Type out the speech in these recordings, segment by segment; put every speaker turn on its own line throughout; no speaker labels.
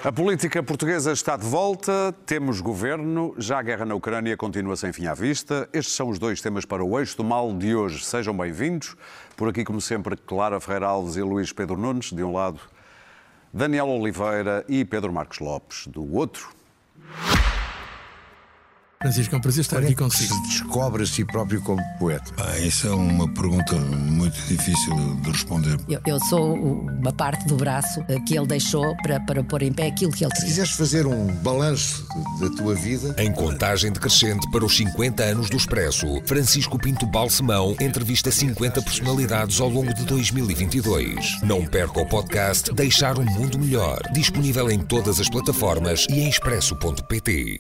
A política portuguesa está de volta, temos governo, já a guerra na Ucrânia continua sem fim à vista. Estes são os dois temas para o Eixo do Mal de hoje. Sejam bem-vindos. Por aqui, como sempre, Clara Ferreira Alves e Luís Pedro Nunes, de um lado, Daniel Oliveira e Pedro Marcos Lopes, do outro.
Francisco, é um prazer estar aqui consigo.
Se descobre a si próprio como poeta?
Isso é uma pergunta muito difícil de responder.
Eu sou uma parte do braço que ele deixou para pôr em pé aquilo que ele
Se
tinha.
quiseres fazer um balanço da tua vida...
Em contagem decrescente para os 50 anos do Expresso, Francisco Pinto Balsemão entrevista 50 personalidades ao longo de 2022. Não perca o podcast Deixar um Mundo Melhor, disponível em todas as plataformas e em expresso.pt.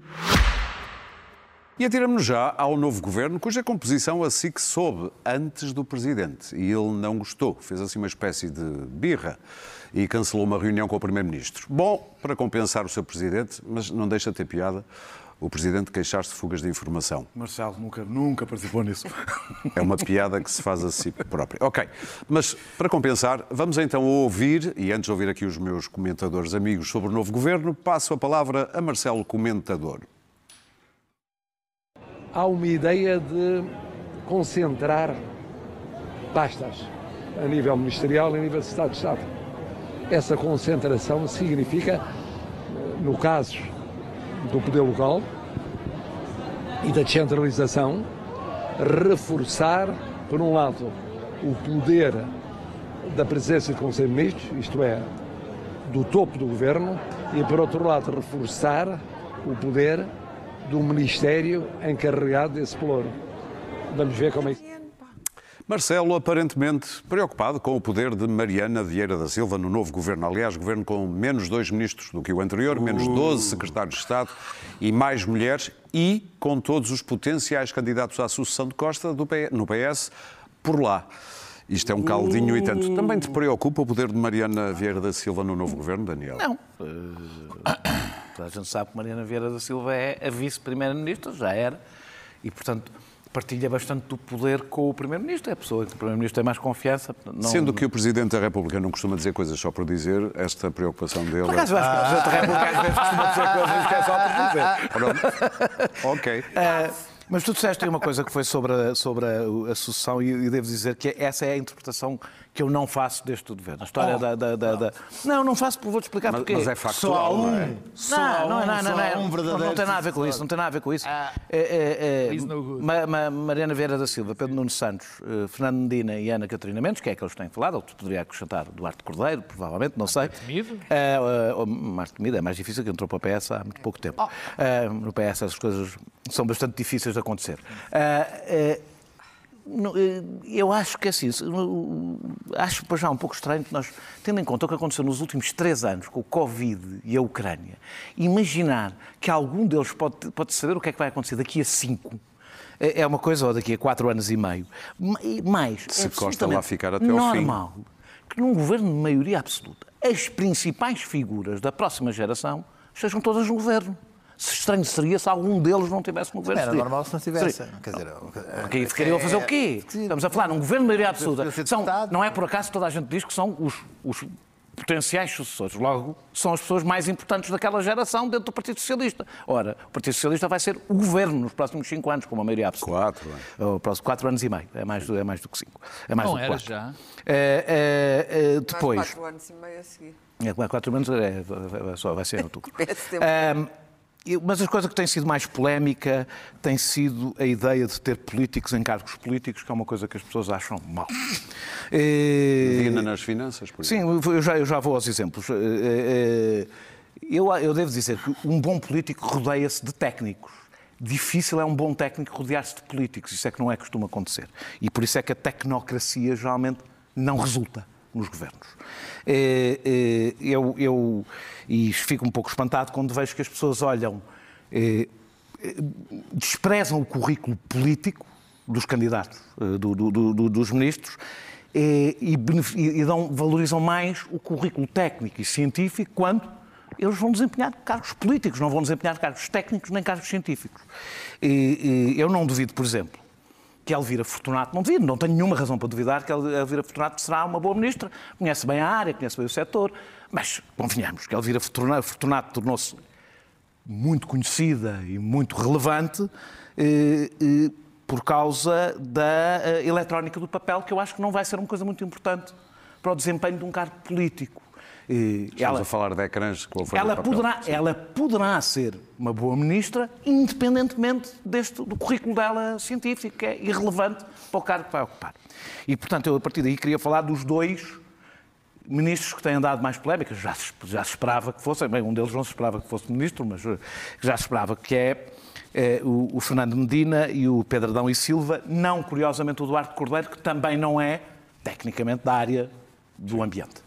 E atiramos-nos já ao novo governo, cuja composição a SIC soube antes do Presidente. E ele não gostou, fez assim uma espécie de birra e cancelou uma reunião com o Primeiro-Ministro. Bom, para compensar o seu Presidente, mas não deixa de ter piada, o Presidente queixar-se de fugas de informação.
Marcelo nunca participou nisso.
É uma piada que se faz a si própria. Ok, mas para compensar, vamos então ouvir, e antes de ouvir aqui os meus comentadores amigos sobre o novo governo, passo a palavra a Marcelo Comentador.
Há uma ideia de concentrar pastas a nível ministerial e a nível de Estado de Estado. Essa concentração significa, no caso do poder local e da descentralização, reforçar, por um lado, o poder da presença do Conselho de Ministros, isto é, do topo do governo, e, por outro lado, reforçar o poder do Ministério encarregado desse pelouro. Vamos ver como é que...
Marcelo, aparentemente preocupado com o poder de Mariana Vieira da Silva no novo governo. Aliás, governo com menos 2 ministros do que o anterior, menos 12 secretários de Estado e mais mulheres e com todos os potenciais candidatos à sucessão de Costa no PS por lá. Isto é um caldinho e tanto. Também te preocupa o poder de Mariana Vieira da Silva no novo governo, Daniel?
Não. A gente sabe que Mariana Vieira da Silva é a vice-primeira-ministra, já era, e, portanto, partilha bastante do poder com o primeiro-ministro. É a pessoa que o primeiro-ministro tem mais confiança. Não...
Sendo que o Presidente da República não costuma dizer coisas só por dizer, esta preocupação dele...
Por acaso, acho que o Presidente da República às vezes costuma dizer coisas que é só por dizer.
Ok.
Mas tu disseste aí uma coisa que foi sobre a sucessão e devo dizer que essa é a interpretação que eu não faço deste governo. A história Não faço, vou-te explicar porquê.
Mas é factual, não é?
Não tem nada a ver com isso, não tem nada a ver com isso. Mariana Vieira da Silva, Pedro Nuno Santos, Fernando Medina e Ana Catarina Mendes, que é que eles têm falado, ou poderia acrescentar Duarte Cordeiro, provavelmente, não sei. Marco Temido é mais difícil, que entrou para a PS há muito pouco tempo. No PS essas coisas são bastante difíceis de acontecer. Eu acho que é assim, acho para já um pouco estranho que nós, tendo em conta o que aconteceu nos últimos 3 anos com o Covid e a Ucrânia, imaginar que algum deles pode saber o que é que vai acontecer daqui a 5 é uma coisa, ou daqui a 4 anos e meio. Mas
se
é
Costa lá ficar até ao fim.
Normal que num governo de maioria absoluta as principais figuras da próxima geração estejam todas no governo. Estranho seria se algum deles não tivesse no governo.
Era normal se não tivesse.
Quer dizer, porque ficariam a fazer o quê? Estamos a falar num governo de maioria absoluta. Não é por acaso que toda a gente diz que são os potenciais sucessores. Logo, são as pessoas mais importantes daquela geração dentro do Partido Socialista. Ora, o Partido Socialista vai ser o governo nos próximos 5 anos, com uma maioria absoluta.
4 anos.
Próximos 4 anos e meio. É mais do que 5. É mais
não
do que
era
4.
já.
Depois...
Mais 4 anos e meio a seguir.
4 anos vai ser em outubro. Mas as coisas que têm sido mais polémica tem sido a ideia de ter políticos em cargos políticos, que é uma coisa que as pessoas acham mal.
Medina nas finanças, por exemplo.
Sim, eu já vou aos exemplos. Eu devo dizer que um bom político rodeia-se de técnicos. Difícil é um bom técnico rodear-se de políticos. Isso é que não costuma acontecer. E por isso é que a tecnocracia geralmente não resulta nos governos. E fico um pouco espantado quando vejo que as pessoas olham, desprezam o currículo político dos candidatos, dos ministros, e valorizam mais o currículo técnico e científico quando eles vão desempenhar cargos políticos, não vão desempenhar cargos técnicos nem cargos científicos. Eu não duvido, por exemplo, que Elvira Fortunato, não tenho nenhuma razão para duvidar que Elvira Fortunato será uma boa ministra, conhece bem a área, conhece bem o setor, mas convenhamos que Elvira Fortunato tornou-se muito conhecida e muito relevante por causa da eletrónica do papel, que eu acho que não vai ser uma coisa muito importante para o desempenho de um cargo político.
Estamos a falar de ecrãs com a folha de papel.
Ela poderá ser uma boa ministra, independentemente do currículo dela científico, que é irrelevante para o cargo que vai ocupar. E, portanto, eu a partir daí queria falar dos dois ministros que têm dado mais polémicas. Já se esperava que fossem, bem, um deles não se esperava que fosse ministro, mas já se esperava, que é o Fernando Medina e o Pedro Adão e Silva, não, curiosamente, o Duarte Cordeiro, que também não é, tecnicamente, da área do ambiente.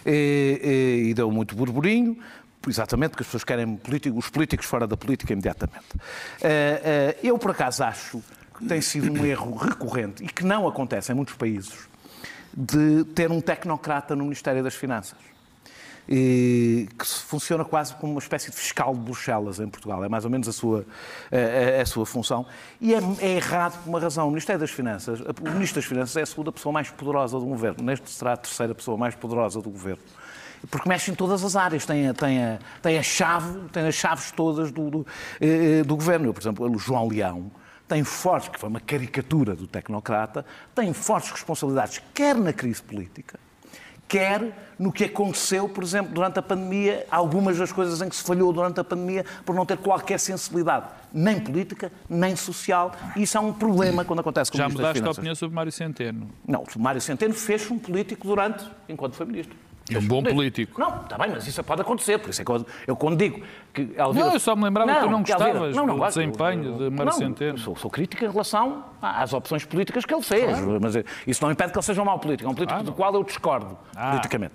E deu muito burburinho, exatamente porque as pessoas querem os políticos fora da política imediatamente. Eu, por acaso, acho que tem sido um erro recorrente e que não acontece em muitos países de ter um tecnocrata no Ministério das Finanças, que funciona quase como uma espécie de fiscal de Bruxelas em Portugal. É mais ou menos a sua função. E é errado por uma razão. O Ministério das Finanças, o Ministro das Finanças é a segunda pessoa mais poderosa do Governo. Neste será a terceira pessoa mais poderosa do Governo. Porque mexe em todas as áreas. Tem as chaves todas do Governo. Por exemplo, o João Leão tem fortes, que foi uma caricatura do tecnocrata, tem fortes responsabilidades, quer na crise política, quer no que aconteceu, por exemplo, durante a pandemia, algumas das coisas em que se falhou durante a pandemia por não ter qualquer sensibilidade, nem política, nem social, e isso é um problema quando acontece com o Ministro das Finanças.
Já mudaste a opinião sobre Mário Centeno?
Não, Mário Centeno fez-se um político enquanto foi Ministro.
É um bom político.
Não, está bem, mas isso pode acontecer. Por isso é que eu quando digo que
Elvira... Não, eu só me lembrava que tu não gostavas do desempenho de Mário Centeno.
Sou crítica em relação às opções políticas que ele fez. Claro. Mas isso não impede que ele seja um mau político. É um político do qual eu discordo politicamente.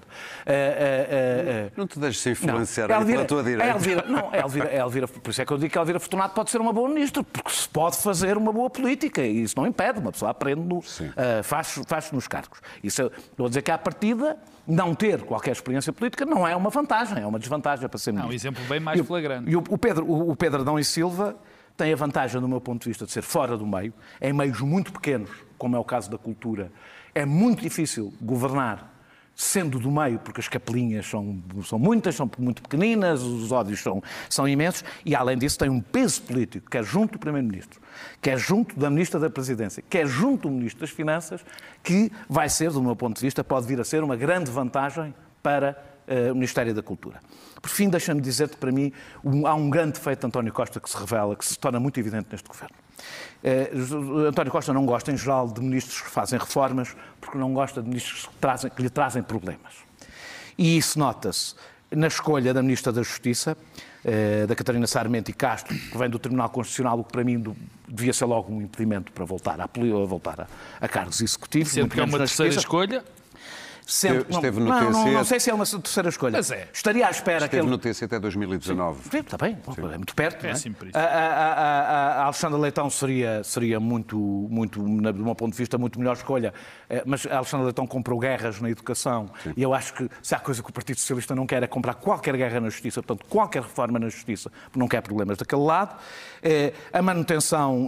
Não te deixes influenciar pela tua direita.
Elvira, por isso é que eu digo que Elvira Fortunato pode ser uma boa ministra, porque se pode fazer uma boa política. E isso não impede. Uma pessoa aprende, faz-se nos cargos. Isso estou a dizer que à partida, não ter qualquer experiência política não é uma vantagem, é uma desvantagem para ser ministro.
Um exemplo bem mais flagrante.
E o Pedro Adão e Silva tem a vantagem, do meu ponto de vista, de ser fora do meio, em meios muito pequenos, como é o caso da cultura. É muito difícil governar sendo do meio, porque as capelinhas são muitas, são muito pequeninas, os ódios são imensos, e além disso tem um peso político, quer junto do Primeiro-Ministro, quer junto da Ministra da Presidência, quer junto do Ministro das Finanças, que vai ser, do meu ponto de vista, pode vir a ser uma grande vantagem para o Ministério da Cultura. Por fim, deixa-me dizer que, para mim, há um grande defeito de António Costa que se revela, que se torna muito evidente neste governo. António Costa não gosta, em geral, de ministros que fazem reformas, porque não gosta de ministros que lhe trazem problemas. E isso nota-se na escolha da Ministra da Justiça, da Catarina Sarmento e Castro, que vem do Tribunal Constitucional, o que para mim devia ser logo um impedimento para voltar a cargos executivos.
Sendo que é uma terceira escolha...
Esteve no TC.
Não sei se é uma terceira escolha.
Mas é.
Estaria à espera
que ele... no TC até 2019.
Sim, está bem, é muito perto.
É
assim por isso. A Alexandra Leitão seria muito, do meu ponto de vista, muito melhor escolha. Mas a Alexandra Leitão comprou guerras na educação. Sim. E eu acho que se há coisa que o Partido Socialista não quer é comprar qualquer guerra na justiça, portanto, qualquer reforma na justiça, porque não quer problemas daquele lado. A manutenção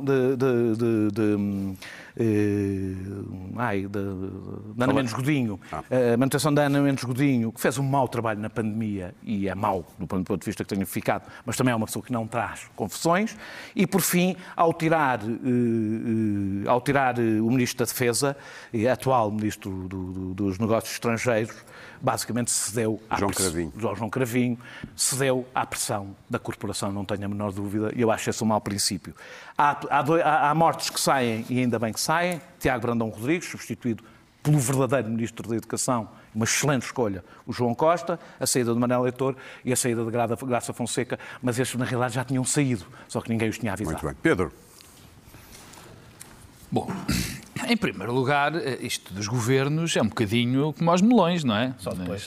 da Ana Mendes Godinho, a manutenção da Ana Mendes Godinho, que fez um mau trabalho na pandemia e é mau do ponto de vista que tenha ficado, mas também é uma pessoa que não traz confissões. E, por fim, ao tirar o Ministro da Defesa, atual Ministro dos Negócios Estrangeiros, basicamente cedeu João Cravinho, cedeu à pressão da corporação, não tenho a menor dúvida, e eu acho esse um mau princípio. Há mortes que saem, e ainda bem que saem. Tiago Brandão Rodrigues, substituído pelo verdadeiro Ministro da Educação, uma excelente escolha, o João Costa, a saída do Manuel Leitor e a saída de Graça Fonseca, mas estes na realidade já tinham saído, só que ninguém os tinha avisado.
Muito bem. Pedro.
Bom, em primeiro lugar, isto dos governos é um bocadinho como aos melões, não é?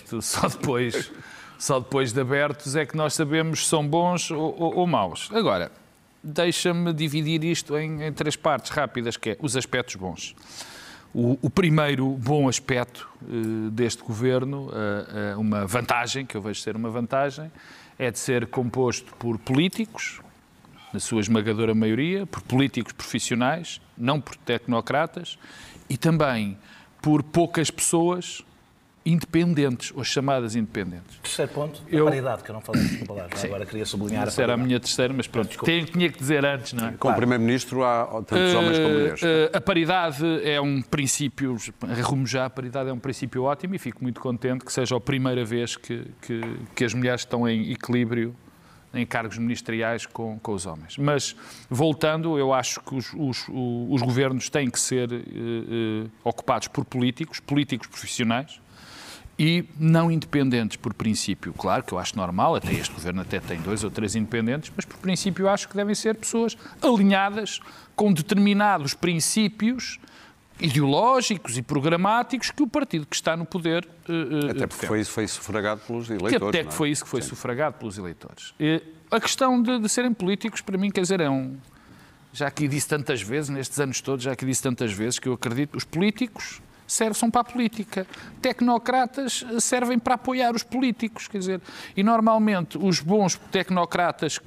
Só depois de abertos é que nós sabemos se são bons ou maus. Agora, deixa-me dividir isto em três partes rápidas, que é os aspectos bons. O primeiro bom aspecto deste governo, uma vantagem, que eu vejo ser uma vantagem, é de ser composto por políticos, na sua esmagadora maioria, por políticos profissionais, não por tecnocratas, e também por poucas pessoas independentes, ou chamadas independentes.
Terceiro ponto, a paridade, que eu não falei esta palavra. Agora queria sublinhar
Essa era a minha terceira, mas pronto, tinha que dizer antes, não é?
Com o Primeiro-Ministro há tantos homens como mulheres.
A paridade é um princípio, arrumo já, a paridade é um princípio ótimo e fico muito contente que seja a primeira vez que as mulheres estão em equilíbrio em cargos ministeriais com os homens. Mas, voltando, eu acho que os governos têm que ser ocupados por políticos profissionais, e não independentes por princípio. Claro que eu acho normal, até este governo até tem 2 ou 3 independentes, mas por princípio eu acho que devem ser pessoas alinhadas com determinados princípios ideológicos e programáticos que o partido que está no poder
até porque foi sufragado pelos eleitores.
Até que foi isso que foi sufragado pelos eleitores. A questão de serem políticos, para mim, quer dizer, já aqui disse tantas vezes, nestes anos todos, já aqui disse tantas vezes, que eu acredito, os políticos são para a política. Tecnocratas servem para apoiar os políticos, quer dizer, e normalmente os bons tecnocratas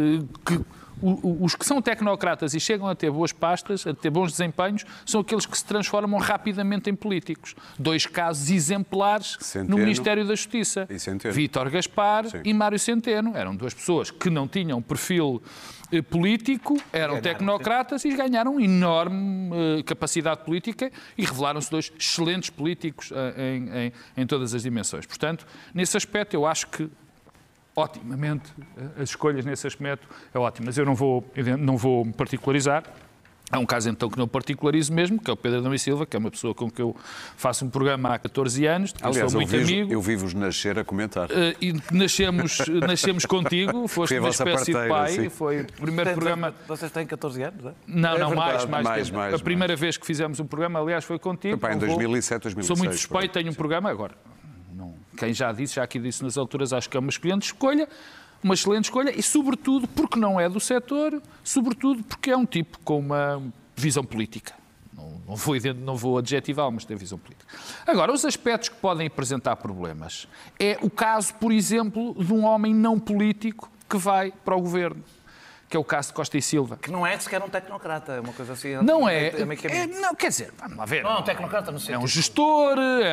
os que são tecnocratas e chegam a ter boas pastas, a ter bons desempenhos, são aqueles que se transformam rapidamente em políticos. 2 casos exemplares
Centeno,
no Ministério da Justiça. Vítor Gaspar e Mário Centeno. Eram 2 pessoas que não tinham perfil político, eram tecnocratas e ganharam enorme capacidade política e revelaram-se 2 excelentes políticos em todas as dimensões. Portanto, nesse aspecto, eu acho que otimamente, as escolhas nesse aspecto é ótimo, mas eu não vou me particularizar. Há um caso então que não particularizo mesmo, que é o Pedro Adão e Silva, que é uma pessoa com que eu faço um programa há 14 anos, de que
aliás,
sou muito amigo.
Eu vi-vos nascer a comentar.
E nascemos contigo, foste uma espécie de pai,
sim.
Foi o primeiro programa...
Vocês têm 14 anos, não é?
Não, mais. A primeira vez que fizemos um programa, aliás, foi contigo.
Foi em 2007, 2006.
Sou muito suspeito, tenho um programa agora. Quem já aqui disse nas alturas, acho que é uma excelente escolha, e sobretudo porque não é do setor, sobretudo porque é um tipo com uma visão política. Não vou adjetivá-lo, mas tem visão política. Agora, os aspectos que podem apresentar problemas é o caso, por exemplo, de um homem não político que vai para o governo, que é o caso de Costa e Silva.
Que não é sequer um tecnocrata, é uma coisa assim...
Não é. Não, quer dizer, vamos lá ver.
Não é um tecnocrata, não sei.
É um gestor,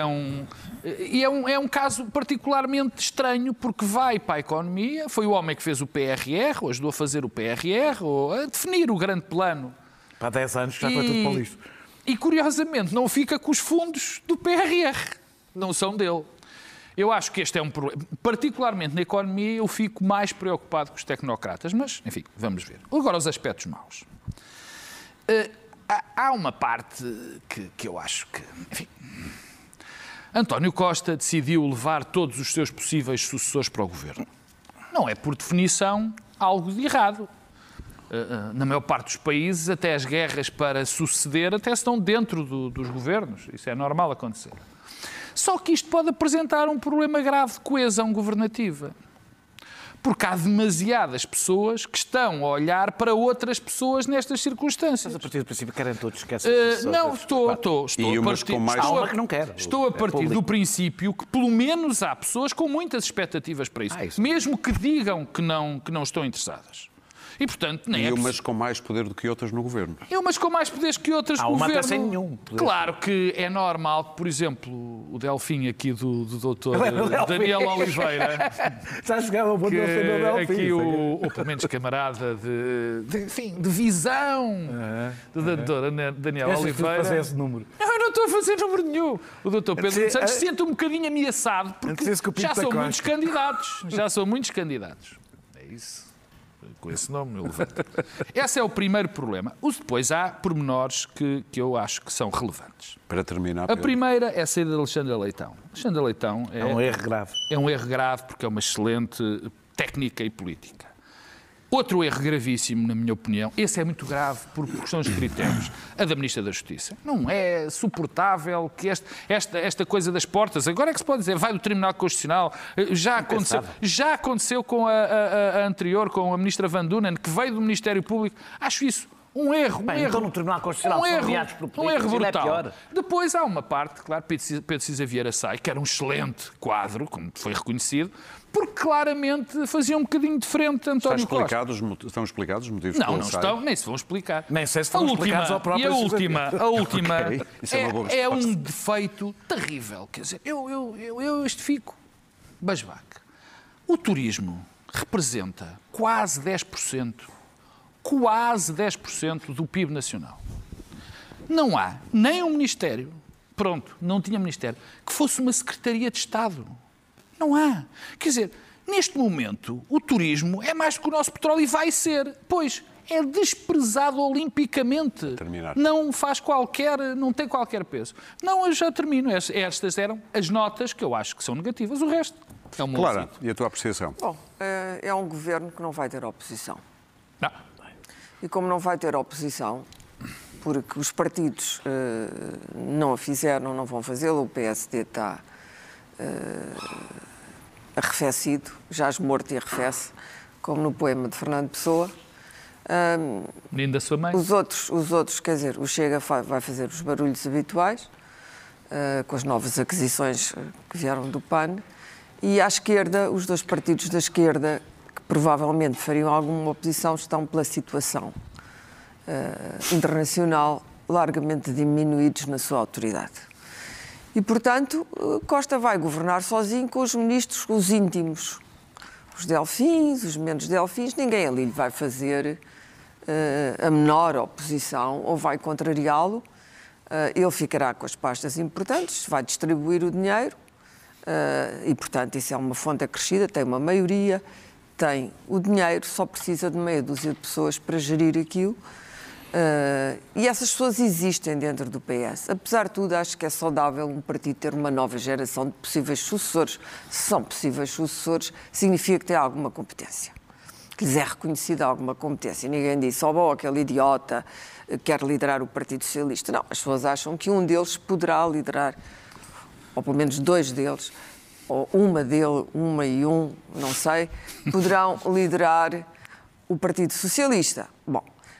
é um caso particularmente estranho, porque vai para a economia, foi o homem que fez o PRR, ou ajudou a fazer o PRR, ou a definir o grande plano.
Para 10 anos já foi tudo para o lixo.
E, curiosamente, não fica com os fundos do PRR. Não são dele. Eu acho que este é um problema. Particularmente na economia, eu fico mais preocupado com os tecnocratas, mas, enfim, vamos ver. Agora, os aspectos maus. Há uma parte que eu acho que... Enfim, António Costa decidiu levar todos os seus possíveis sucessores para o governo. Não é, por definição, algo de errado. Na maior parte dos países, até as guerras para suceder até estão dentro dos governos. Isso é normal acontecer. Só que isto pode apresentar um problema grave de coesão governativa. Porque há demasiadas pessoas que estão a olhar para outras pessoas nestas circunstâncias.
Mas a partir do princípio querem todos esquecer.
Não, estou a partir do princípio que pelo menos há pessoas com muitas expectativas para isso. Mesmo que digam que não estão interessadas. E, portanto, nem
umas com mais poder do que outras no governo.
E umas com mais poderes que outras no governo.
Uma até sem nenhum poder.
Claro que é normal que, por exemplo, o Delfim aqui do doutor Daniel Oliveira...
Já jogava o bom defender o Delfim.
Aqui ou pelo menos camarada de visão do doutor Daniel Oliveira.
Fazer esse número.
Não, eu não estou a fazer número nenhum. O doutor Pedro Santos se sente um bocadinho ameaçado porque já são muitos candidatos. Já são muitos candidatos. É isso. Com esse nome, eu levanto. Esse é o primeiro problema. Depois há pormenores que eu acho que são relevantes.
Para terminar,
a primeira é a saída de Alexandre Leitão. Alexandre Leitão
é um erro grave.
É um erro grave porque é uma excelente técnica e política. Outro erro gravíssimo, na minha opinião, esse é muito grave por questões de critérios, a da Ministra da Justiça. Não é suportável que esta coisa das portas, agora é que se pode dizer, vai do Tribunal Constitucional, já aconteceu com a anterior, com a Ministra Van Dunen, que veio do Ministério Público. Acho isso Um erro.
Então no Tribunal Constitucional são nomeados por políticos,
um erro
ainda é
brutal.
pior.
Depois há uma parte, claro, Pedro Cisa Vieira Sai, que era um excelente quadro, como foi reconhecido, porque claramente fazia um bocadinho de frente a António Costa.
Estão explicados os motivos
Não estão, nem se vão explicar.
Nem sei se foram explicados ao próprio
a última
Ok, isso é uma boa
é um
resposta.
defeito terrível. Quer dizer, eu fico basbaque. O turismo representa quase 10% do PIB nacional. Não há nem um Ministério, não tinha Ministério, que fosse uma Secretaria de Estado. Não há. Quer dizer, neste momento, o turismo é mais do que o nosso petróleo e vai ser. Pois, é desprezado olimpicamente.
Terminar.
Não tem qualquer peso. Não, eu já termino. Estas eram as notas que eu acho que são negativas. O resto é uma
Clara, e a tua apreciação?
Bom, é um governo que não vai ter oposição.
Não.
E como não vai ter oposição, porque os partidos não a fizeram, não vão fazê-lo, o PSD está arrefecido, jaz morto e arrefece, como no poema de Fernando Pessoa.
Nem da sua mãe.
Os outros, quer dizer, o Chega vai fazer os barulhos habituais, com as novas aquisições que vieram do PAN, e à esquerda, os dois partidos da esquerda, que provavelmente fariam alguma oposição, estão pela situação internacional largamente diminuídos na sua autoridade. E, portanto, Costa vai governar sozinho com os ministros, os íntimos, os delfins, os menos delfins, ninguém ali lhe vai fazer a menor oposição ou vai contrariá-lo. Ele ficará com as pastas importantes, vai distribuir o dinheiro e, portanto, isso é uma fonte acrescida, tem uma maioria, tem o dinheiro, só precisa de meia dúzia de pessoas para gerir aquilo. E essas pessoas existem dentro do PS. Apesar de tudo, acho que é saudável um partido ter uma nova geração de possíveis sucessores. Se são possíveis sucessores, significa que tem alguma competência, que lhes é reconhecida alguma competência. Ninguém disse, bom, aquele idiota quer liderar o Partido Socialista. Não, as pessoas acham que um deles poderá liderar, ou pelo menos dois deles, ou uma e um, não sei, poderão liderar o Partido Socialista. Bom,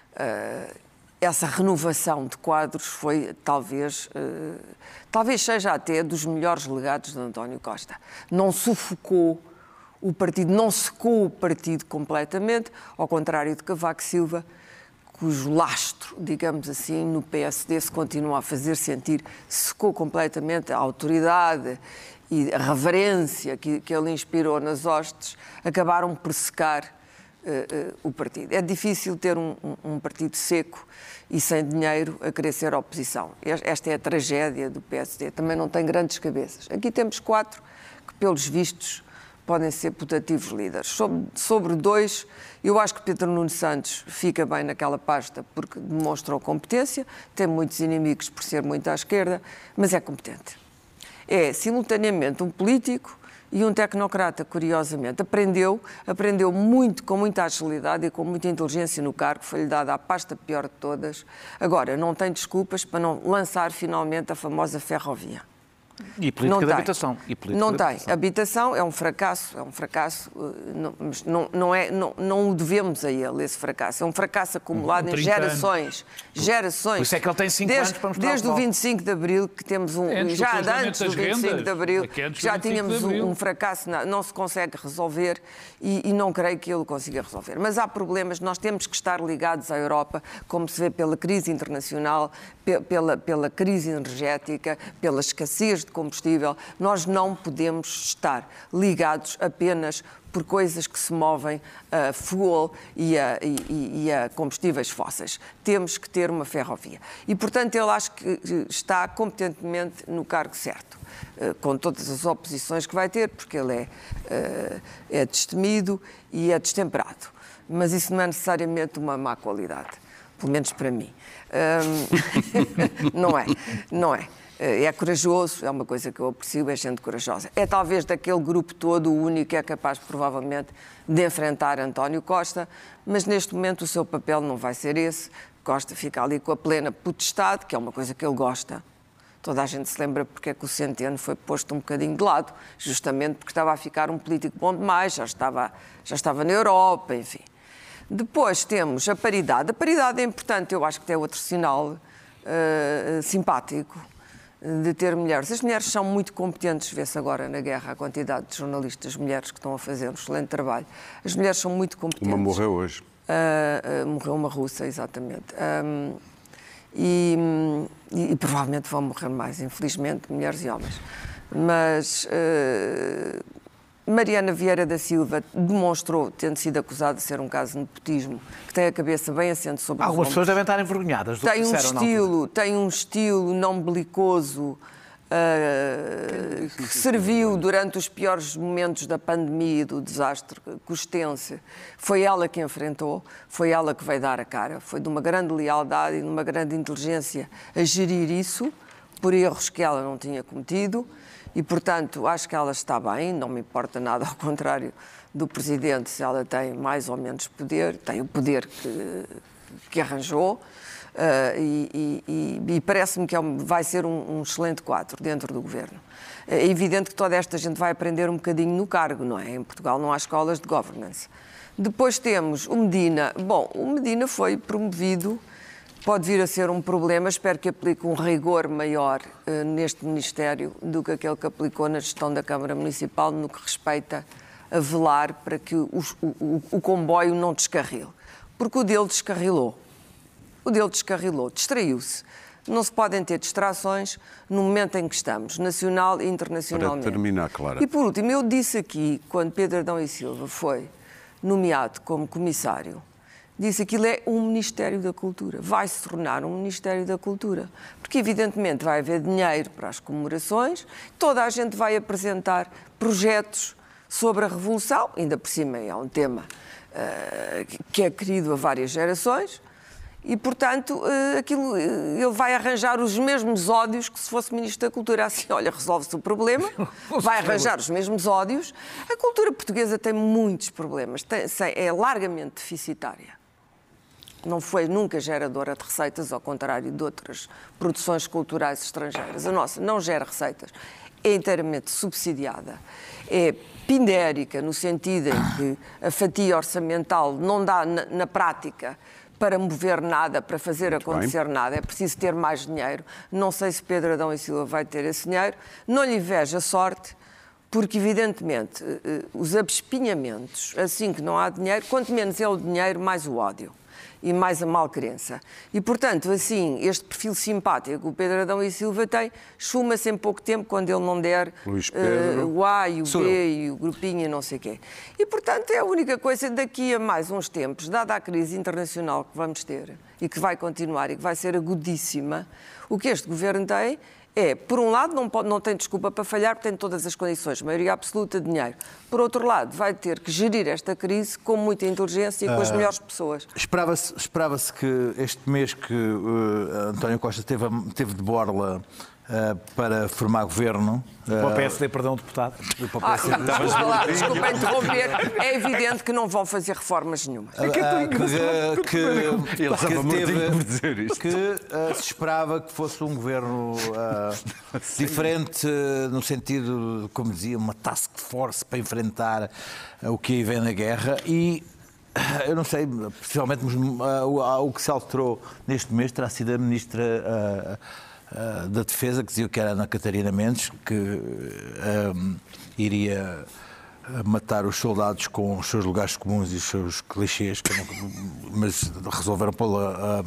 essa renovação de quadros foi, talvez seja até dos melhores legados de António Costa. Não sufocou o partido, não secou o partido completamente, ao contrário de Cavaco Silva, cujo lastro, digamos assim, no PSD se continua a fazer sentir, secou completamente a autoridade e a reverência que ele inspirou nas hostes, acabaram por secar o partido. É difícil ter um partido seco e sem dinheiro a querer ser oposição. Esta é a tragédia do PSD. Também não tem grandes cabeças. Aqui temos 4 que, pelos vistos, podem ser putativos líderes. Sobre 2, eu acho que Pedro Nuno Santos fica bem naquela pasta porque demonstrou competência, tem muitos inimigos por ser muito à esquerda, mas é competente. É, simultaneamente, um político e um tecnocrata, curiosamente. Aprendeu muito, com muita agilidade e com muita inteligência no cargo, foi-lhe dada a pasta pior de todas. Agora, não tem desculpas para não lançar finalmente a famosa ferrovia.
E política de habitação.
Não tem. Habitação é um fracasso, mas não o devemos a ele, esse fracasso. É um fracasso acumulado em gerações.
Por isso é que ele tem 5 anos para mostrar
desde o 25 de Abril, que temos já antes do 25 de Abril, já tínhamos um fracasso, não se consegue resolver e não creio que ele consiga resolver. Mas há problemas, nós temos que estar ligados à Europa, como se vê pela crise internacional, pela crise energética, pela escassez de combustível. Nós não podemos estar ligados apenas por coisas que se movem a fuel e a combustíveis fósseis. Temos que ter uma ferrovia. E, portanto, ele acho que está competentemente no cargo certo, com todas as oposições que vai ter, porque ele é destemido e é destemperado. Mas isso não é necessariamente uma má qualidade, pelo menos para mim. Não é. É corajoso, é uma coisa que eu aprecio, é gente corajosa. É talvez daquele grupo todo o único que é capaz, provavelmente, de enfrentar António Costa, mas neste momento o seu papel não vai ser esse. Costa fica ali com a plena potestade, que é uma coisa que ele gosta. Toda a gente se lembra porque é que o Centeno foi posto um bocadinho de lado, justamente porque estava a ficar um político bom demais, já estava na Europa, enfim. Depois temos a paridade. A paridade é importante, eu acho que é outro sinal simpático de ter mulheres. As mulheres são muito competentes, vê-se agora na guerra a quantidade de jornalistas mulheres que estão a fazer um excelente trabalho. As mulheres são muito competentes.
Uma morreu hoje.
Morreu uma russa, exatamente. E provavelmente vão morrer mais, infelizmente, mulheres e homens. Mas Mariana Vieira da Silva demonstrou, tendo sido acusada de ser um caso de nepotismo, que tem a cabeça bem assente sobre os ombros.
Algumas pessoas devem estar envergonhadas do que disseram.
Tem um estilo não belicoso que serviu durante os piores momentos da pandemia e do desastre costense. Foi ela que enfrentou, foi ela que veio dar a cara. Foi de uma grande lealdade e de uma grande inteligência a gerir isso, por erros que ela não tinha cometido. E, portanto, acho que ela está bem, não me importa nada, ao contrário do Presidente, se ela tem mais ou menos poder, tem o poder que arranjou, e parece-me que vai ser um excelente quadro dentro do Governo. É evidente que toda esta gente vai aprender um bocadinho no cargo, não é? Em Portugal não há escolas de governance. Depois temos o Medina. Bom, o Medina foi promovido. Pode vir a ser um problema, espero que aplique um rigor maior neste Ministério do que aquele que aplicou na gestão da Câmara Municipal no que respeita a velar para que o comboio não descarrile. Porque o dele descarrilou. Distraiu-se. Não se podem ter distrações no momento em que estamos, nacional e internacionalmente.
Para terminar, Clara.
E por último, eu disse aqui, quando Pedro Adão e Silva foi nomeado como comissário, disse que aquilo é um Ministério da Cultura. Vai se tornar um Ministério da Cultura. Porque, evidentemente, vai haver dinheiro para as comemorações, toda a gente vai apresentar projetos sobre a Revolução, ainda por cima é um tema que é querido a várias gerações, e, portanto, ele vai arranjar os mesmos ódios que se fosse Ministro da Cultura. Assim, olha, resolve-se o problema, vai arranjar os mesmos ódios. A cultura portuguesa tem muitos problemas, é largamente deficitária. Não foi nunca geradora de receitas, ao contrário de outras produções culturais estrangeiras. A nossa não gera receitas, é inteiramente subsidiada, é pindérica, no sentido em que a fatia orçamental não dá, na prática, para mover nada, para fazer acontecer nada. É preciso ter mais dinheiro. Não sei se Pedro Adão e Silva vai ter esse dinheiro. Não lhe invejo a sorte, porque, evidentemente, os abespinhamentos, assim que não há dinheiro, quanto menos é o dinheiro, mais o ódio e mais a malcrença. E, portanto, assim, este perfil simpático que o Pedro Adão e Silva tem, chuma-se em pouco tempo quando ele não der o A e o B e o grupinho e não sei o quê. E, portanto, é a única coisa daqui a mais uns tempos, dada a crise internacional que vamos ter e que vai continuar e que vai ser agudíssima, o que este governo tem é, por um lado, não tem desculpa para falhar, porque tem todas as condições, maioria absoluta de dinheiro. Por outro lado, vai ter que gerir esta crise com muita inteligência e com as melhores pessoas.
Esperava-se que este mês que António Costa teve de borla para formar governo.
Para o PSD, perdão, deputado.
Desculpa interromper. É evidente que não vão fazer reformas nenhuma.
Se esperava que fosse um governo diferente, no sentido, como dizia, uma task force para enfrentar o que aí vem na guerra. E eu não sei, possivelmente o que se alterou neste mês terá sido a ministra da Defesa, que dizia que era Ana Catarina Mendes, que iria matar os soldados com os seus lugares comuns e os seus clichês, mas resolveram pô-la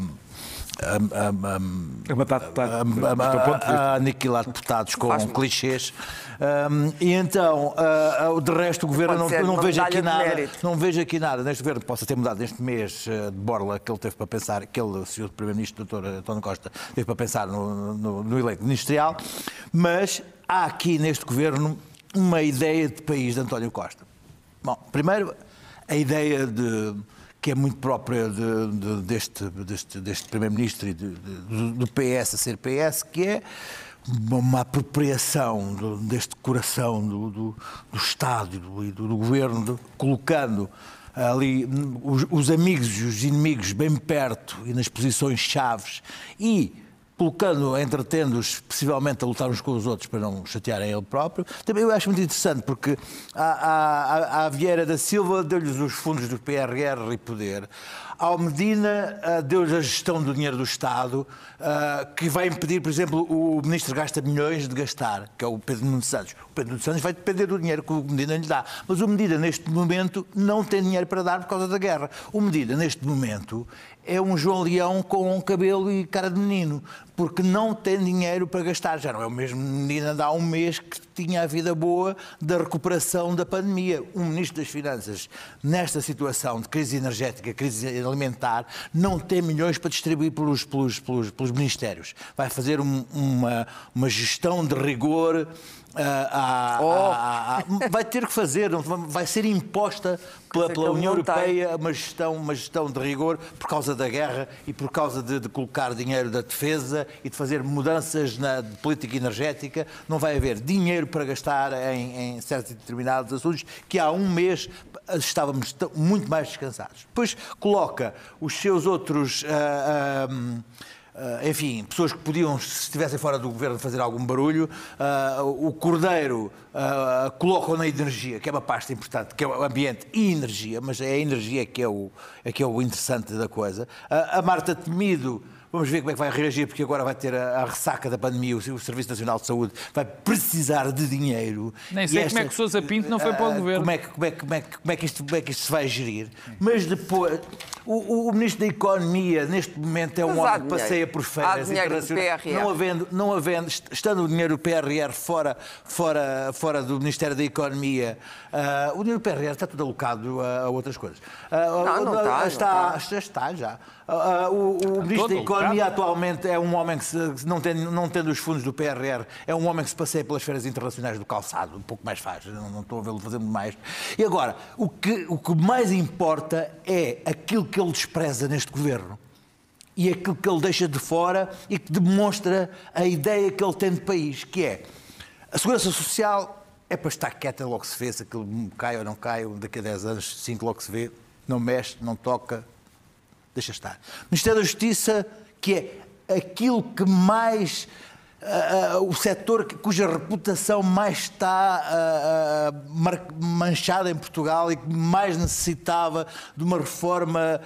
a aniquilar deputados com clichês. E então, de resto, o governo não vejo aqui nada. Não vejo aqui nada neste governo que possa ter mudado neste mês de borla que ele teve para pensar, que ele, o Sr. Primeiro-Ministro, Dr. António Costa, teve para pensar no eleito ministerial. Mas há aqui neste governo uma ideia de país de António Costa. Bom, primeiro, a ideia que é muito própria deste Primeiro-Ministro e do PS a ser PS, que é uma apropriação deste coração do Estado e do Governo, colocando ali os amigos e os inimigos bem perto e nas posições chaves e colocando, entretendo-os, possivelmente a lutar uns com os outros para não chatearem ele próprio. Também eu acho muito interessante, porque a Vieira da Silva deu-lhes os fundos do PRR e poder. Ao Medina deu-lhes a gestão do dinheiro do Estado, que vai impedir, por exemplo, o ministro gasta milhões de gastar, que é o Pedro Nuno Santos. O Pedro Nuno Santos vai depender do dinheiro que o Medina lhe dá. Mas o Medina, neste momento, não tem dinheiro para dar por causa da guerra. O Medina, neste momento, é um João Leão com cabelo e cara de menino, porque não tem dinheiro para gastar. Já não é o mesmo Medina de há um mês que tinha a vida boa da recuperação da pandemia. Um ministro das Finanças, nesta situação de crise energética, crise alimentar, não tem milhões para distribuir pelos ministérios. Vai fazer uma gestão de rigor. Vai ter que fazer, vai ser imposta pela União Europeia uma gestão de rigor por causa da guerra e por causa de colocar dinheiro da defesa e de fazer mudanças na política energética. Não vai haver dinheiro para gastar em certos e determinados assuntos que há um mês estávamos muito mais descansados. Depois coloca os seus outros... enfim, pessoas que podiam, se estivessem fora do governo, fazer algum barulho. O Cordeiro colocam na energia, que é uma pasta importante, que é o ambiente e energia, mas é a energia que é o interessante da coisa. A Marta Temido, vamos ver como é que vai reagir, porque agora vai ter a ressaca da pandemia, o Serviço Nacional de Saúde vai precisar de dinheiro.
Nem sei como é que Sousa Pinto não foi para o governo.
Como é que isto se vai gerir? Mas depois, o Ministro da Economia, neste momento, é um homem que passeia por feiras internacionais. Não havendo, estando o dinheiro do PRR fora do Ministério da Economia, o dinheiro do PRR está tudo alocado a outras coisas.
Não
está já. O Ministro da Economia atualmente é um homem que, não tendo os fundos do PRR, é um homem que se passeia pelas feiras internacionais do calçado, um pouco mais faz, não estou a vê-lo fazer muito mais. E agora, o que mais importa é aquilo que ele despreza neste governo e aquilo que ele deixa de fora e que demonstra a ideia que ele tem de país, que é a segurança social é para estar quieta, logo se vê, se aquilo cai ou não cai, daqui a 10 anos, 5 logo se vê, não mexe, não toca, deixa estar. Ministério da Justiça, que é aquilo que mais... o setor cuja reputação mais está manchada em Portugal e que mais necessitava de uma reforma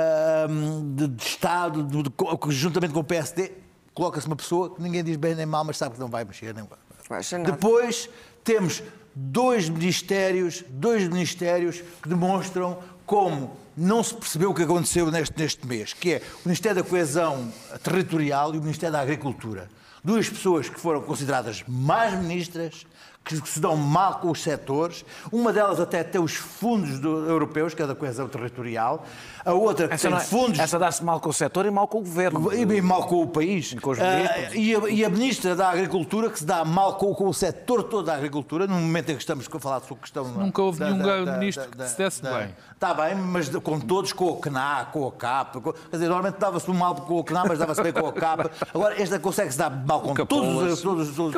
de Estado, juntamente com o PSD, coloca-se uma pessoa que ninguém diz bem nem mal, mas sabe que não vai mexer. Nem vai. Depois temos dois ministérios que demonstram como não se percebeu o que aconteceu neste mês, que é o Ministério da Coesão Territorial e o Ministério da Agricultura. Duas pessoas que foram consideradas más ministras, que se dão mal com os setores. Uma delas até tem os fundos europeus, que é da coesão territorial. A outra que tem fundos...
Essa dá-se mal com o setor e mal com o governo.
E mal com o país.
Com os
e a ministra da Agricultura, que se dá mal com o setor todo da agricultura, no momento em que estamos a falar sobre a questão...
Nunca houve nenhum ministro que se desse bem.
Está bem, mas com todos, com o CNA, com a CAP... Quer dizer, normalmente dava-se mal com o CNA, mas dava-se bem com a CAP. Agora, esta consegue-se dar mal com todos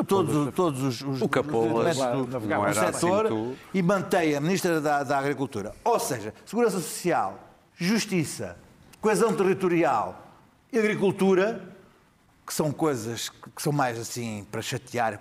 os...
O Capolas
do setor e mantém a Ministra da Agricultura. Ou seja, Segurança Social, Justiça, Coesão Territorial e Agricultura, que são coisas que são mais assim para chatear.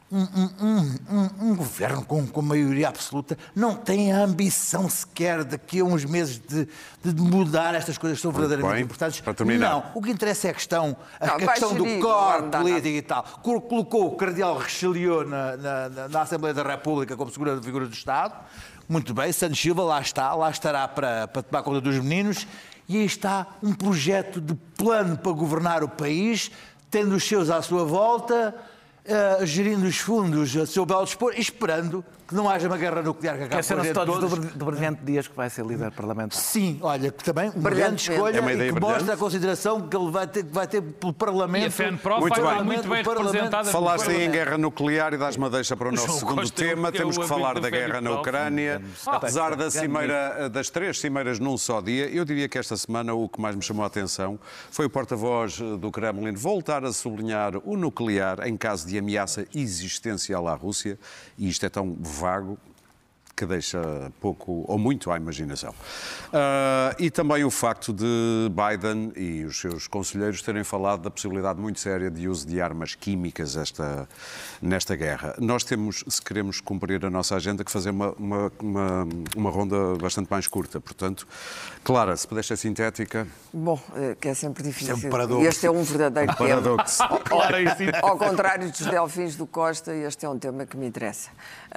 Um governo com maioria absoluta não tem a ambição sequer daqui a uns meses de mudar estas coisas que são verdadeiramente importantes. Não, o que interessa é a questão do corte político e tal. Colocou o cardeal Richelieu na Assembleia da República como segunda figura do Estado. Muito bem, Santos Silva lá estará para tomar conta dos meninos. E aí está um projeto de plano para governar o país, tendo os seus à sua volta, gerindo os fundos a seu belo dispor e esperando que não haja uma guerra nuclear que acabe com a gente todos.
Do Brilhante Dias, que vai ser líder parlamentar.
Sim, olha, também uma grande escolha e que mostra a consideração que ele vai ter pelo Parlamento.
E a FENPRO vai estar muito bem representada.
Falaste em guerra nuclear e dás-me a deixa para o nosso segundo tema. Temos que falar da guerra na Ucrânia. Apesar das 3 cimeiras num só dia, eu diria que esta semana o que mais me chamou a atenção foi o porta-voz do Kremlin voltar a sublinhar o nuclear em caso de ameaça existencial à Rússia, e isto é tão vago que deixa pouco ou muito à imaginação. E também o facto de Biden e os seus conselheiros terem falado da possibilidade muito séria de uso de armas químicas nesta guerra. Nós temos, se queremos cumprir a nossa agenda, que fazer uma ronda bastante mais curta. Portanto, Clara, se puder ser sintética...
Bom, que é sempre difícil.
É um paradoxo.
Este é um verdadeiro
paradoxo.
tema. Ao contrário dos Delfins do Costa, este é um tema que me interessa.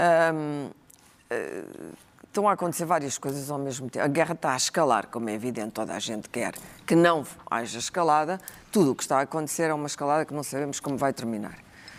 Estão a acontecer várias coisas ao mesmo tempo. A guerra está a escalar, como é evidente, toda a gente quer que não haja escalada. Tudo o que está a acontecer é uma escalada que não sabemos como vai terminar.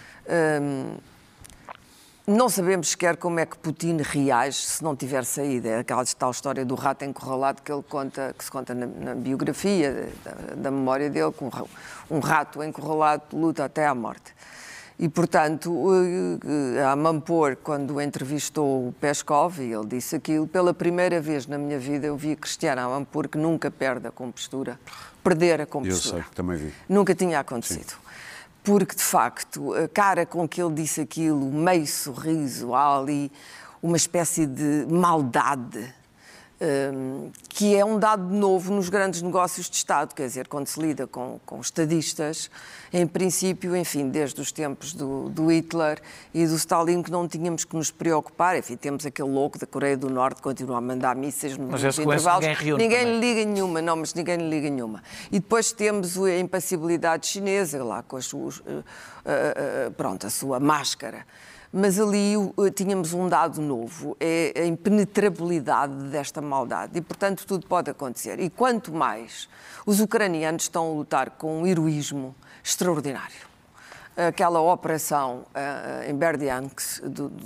Não sabemos sequer como é que Putin reage se não tiver saída. É aquela tal história do rato encurralado que se conta na biografia da memória dele, que um rato encurralado luta até à morte. E, portanto, a Manpour, quando entrevistou o Peskov, e ele disse aquilo, pela primeira vez na minha vida eu vi Cristiano Amanpour que nunca perde a compostura, perder a compostura.
Eu sei, também vi.
Nunca tinha acontecido. Sim. Porque, de facto, a cara com que ele disse aquilo, meio sorriso, há ali uma espécie de maldade, que é um dado novo nos grandes negócios de Estado, quer dizer, quando se lida com estadistas, em princípio, enfim, desde os tempos do Hitler e do Stalin, que não tínhamos que nos preocupar. Enfim, temos aquele louco da Coreia do Norte que continua a mandar mísseis nos intervalos. Ninguém lhe liga nenhuma, não, mas ninguém lhe liga nenhuma. E depois temos a impassibilidade chinesa, lá com as suas, pronto, a sua máscara. Mas ali tínhamos um dado novo, é a impenetrabilidade desta maldade. E, portanto, tudo pode acontecer. E quanto mais os ucranianos estão a lutar com um heroísmo extraordinário. Aquela operação em Berdyansk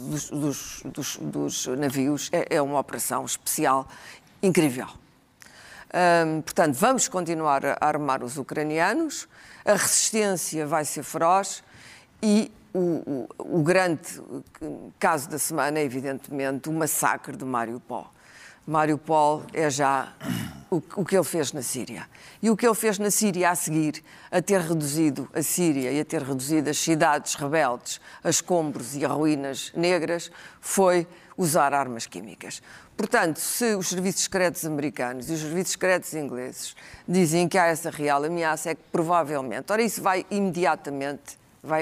dos navios é uma operação especial, incrível. Portanto, vamos continuar a armar os ucranianos, a resistência vai ser feroz e o grande caso da semana é, evidentemente, o massacre de Mariupol. Mariupol é já o que ele fez na Síria. E o que ele fez na Síria a seguir, a ter reduzido a Síria e a ter reduzido as cidades rebeldes a escombros e a ruínas negras, foi usar armas químicas. Portanto, se os serviços secretos americanos e os serviços secretos ingleses dizem que há essa real ameaça, é que provavelmente... Ora, isso vai imediatamente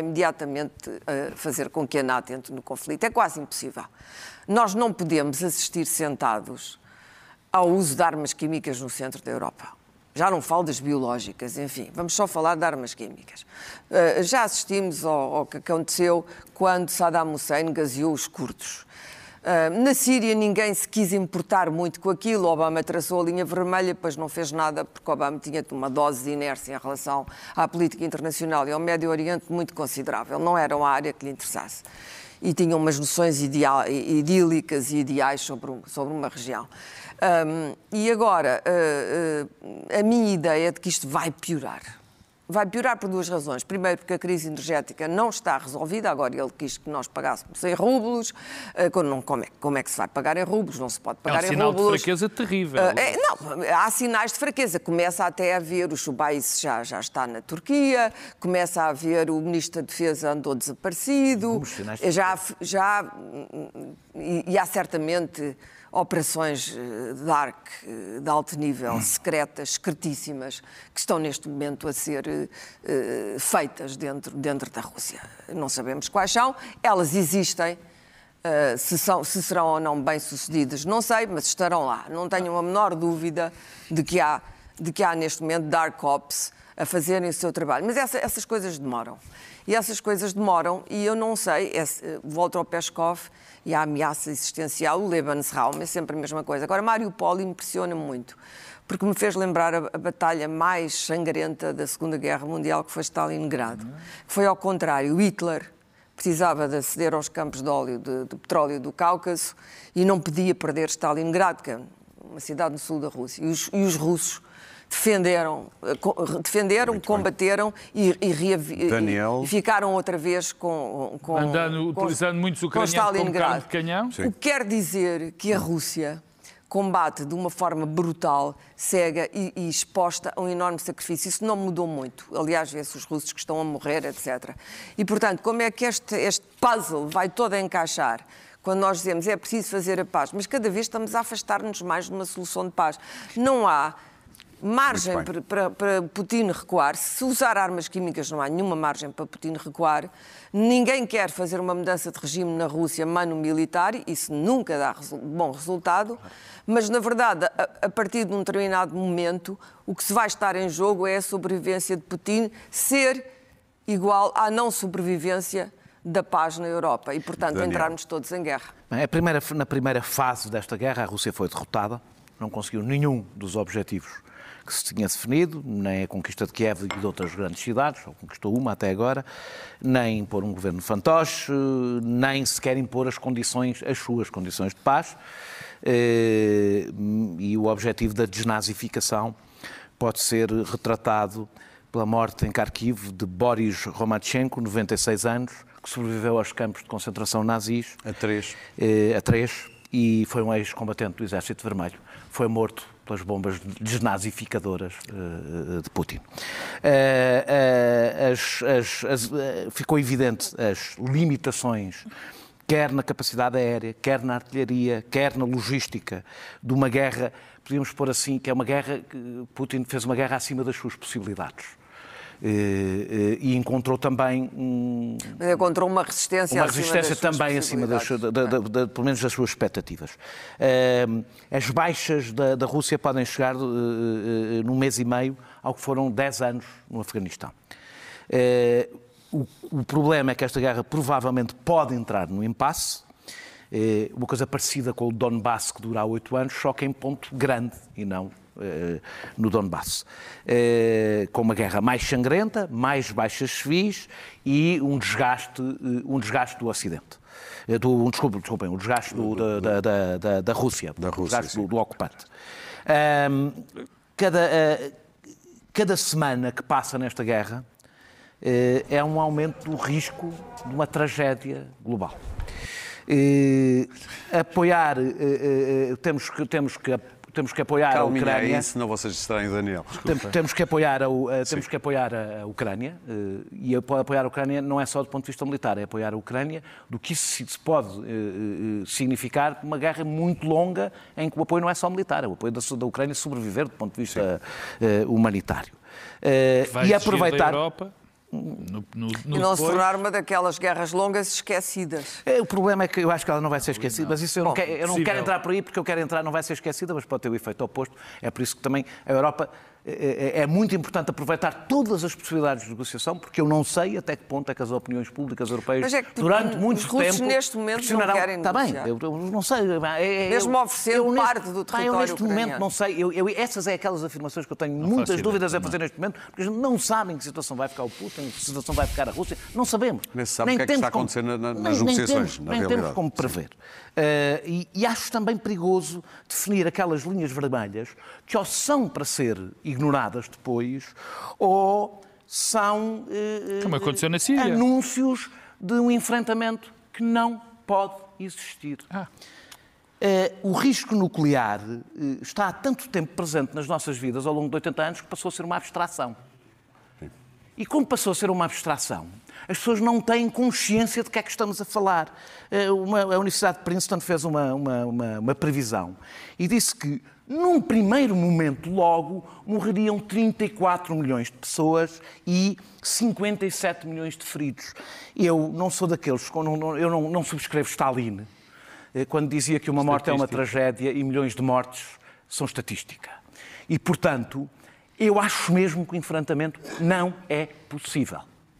fazer com que a NATO entre no conflito. É quase impossível. Nós não podemos assistir sentados ao uso de armas químicas no centro da Europa. Já não falo das biológicas, enfim, vamos só falar de armas químicas. Já assistimos ao que aconteceu quando Saddam Hussein gaseou os curdos. Na Síria ninguém se quis importar muito com aquilo, Obama traçou a linha vermelha, depois não fez nada porque Obama tinha uma dose de inércia em relação à política internacional e ao Médio Oriente muito considerável, não era uma área que lhe interessasse. E tinha umas noções idílicas e ideais sobre uma região. E agora, a minha ideia é de que isto vai piorar. Vai piorar por duas razões. Primeiro, porque a crise energética não está resolvida. Agora, ele quis que nós pagássemos em rublos. Como é que se vai pagar em rublos? Não se pode pagar em rublos.
É um sinal de fraqueza terrível.
Não, há sinais de fraqueza. Começa até a haver, o Chubais já está na Turquia, começa a haver, o Ministro da Defesa andou desaparecido. E há certamente operações dark, de alto nível, secretas, secretíssimas, que estão neste momento a ser feitas dentro da Rússia. Não sabemos quais são, elas existem, se serão ou não bem-sucedidas, não sei, mas estarão lá. Não tenho a menor dúvida de que há neste momento dark ops a fazerem o seu trabalho. Mas essas coisas demoram. E essas coisas demoram, e eu não sei, volto ao Peskov e à ameaça existencial, o Lebensraum é sempre a mesma coisa. Agora, Mariupol impressiona-me muito, porque me fez lembrar a batalha mais sangrenta da Segunda Guerra Mundial, que foi Stalingrado. Foi ao contrário, Hitler precisava de aceder aos campos de óleo, de petróleo do Cáucaso, e não podia perder Stalingrado, que é uma cidade no sul da Rússia. E os russos defenderam, combateram e ficaram outra vez
utilizando muitos ucranianos como carne de canhão.
O que quer dizer que a Rússia combate de uma forma brutal, cega e exposta a um enorme sacrifício. Isso não mudou muito. Aliás, vê-se os russos que estão a morrer, etc. E, portanto, como é que este puzzle vai todo a encaixar quando nós dizemos é preciso fazer a paz, mas cada vez estamos a afastar-nos mais de uma solução de paz. Não há margem para Putin recuar. Se usar armas químicas não há nenhuma margem para Putin recuar. Ninguém quer fazer uma mudança de regime na Rússia mano militar, isso nunca dá bom resultado, mas na verdade, a partir de um determinado momento, o que se vai estar em jogo é a sobrevivência de Putin ser igual à não sobrevivência da paz na Europa e, portanto, entrarmos todos em guerra.
Na primeira fase desta guerra, a Rússia foi derrotada, não conseguiu nenhum dos objetivos que se tinha definido, nem a conquista de Kiev e de outras grandes cidades, ou conquistou uma até agora, nem impor um governo fantoche, nem sequer impor as suas condições de paz. E o objetivo da desnazificação pode ser retratado pela morte em Kharkiv de Boris Romachenko, 96 anos, que sobreviveu aos campos de concentração nazis.
A 3.
E foi um ex-combatente do Exército Vermelho. Foi morto pelas bombas desnazificadoras de Putin. Ficou evidente as limitações, quer na capacidade aérea, quer na artilharia, quer na logística, de uma guerra, podíamos pôr assim, que é uma guerra que Putin fez uma guerra acima das suas possibilidades. E encontrou também
encontrou uma resistência
também acima pelo menos das suas expectativas. As baixas da Rússia podem chegar num mês e meio ao que foram 10 anos no Afeganistão. O problema é que esta guerra provavelmente pode entrar no impasse, uma coisa parecida com o Donbass, que dura há 8 anos, só que em ponto grande e não no Donbass, com uma guerra mais sangrenta, mais baixas civis e um desgaste do Ocidente. Desculpem, um desgaste da Rússia, do ocupante. Cada semana que passa nesta guerra é um aumento do risco de uma tragédia global. Temos que apoiar a Ucrânia.
Senão vocês distraem o Daniel.
Temos que apoiar a Ucrânia. E apoiar a Ucrânia não é só do ponto de vista militar, é apoiar a Ucrânia do que isso se pode significar uma guerra muito longa em que o apoio não é só militar, é o apoio da Ucrânia sobreviver do ponto de vista humanitário.
E aproveitar. Da Europa.
E não se tornar uma daquelas guerras longas esquecidas.
O problema é que eu acho que ela não vai ser esquecida, mas isso eu não quero entrar por aí, porque eu quero entrar, não vai ser esquecida, mas pode ter o efeito oposto. É por isso que também a Europa é muito importante aproveitar todas as possibilidades de negociação, porque eu não sei até que ponto é que as opiniões públicas europeias durante muito tempo...
Os russos neste momento não querem negociar.
Está bem, eu não sei.
Mesmo oferecendo parte do território
eu neste momento não sei. Essas é aquelas afirmações que eu tenho muitas dúvidas a fazer neste momento, porque a gente não sabem que situação vai ficar o Putin, que situação vai ficar a Rússia, não sabemos.
Nem se sabe o que é que está a acontecer nas negociações, na realidade.
Nem temos como prever. E acho também perigoso definir aquelas linhas vermelhas que ou são para ser ignoradas depois, ou são
como aconteceu na Síria,
anúncios de um enfrentamento que não pode existir. O risco nuclear está há tanto tempo presente nas nossas vidas, ao longo de 80 anos, que passou a ser uma abstração. E como passou a ser uma abstração, as pessoas não têm consciência de que é que estamos a falar. A Universidade de Princeton fez uma previsão e disse que, num primeiro momento, logo, morreriam 34 milhões de pessoas e 57 milhões de feridos. Eu não sou daqueles, eu não subscrevo Stalin, quando dizia que uma morte é uma tragédia e milhões de mortes são estatística. E, portanto, eu acho mesmo que o enfrentamento não é possível.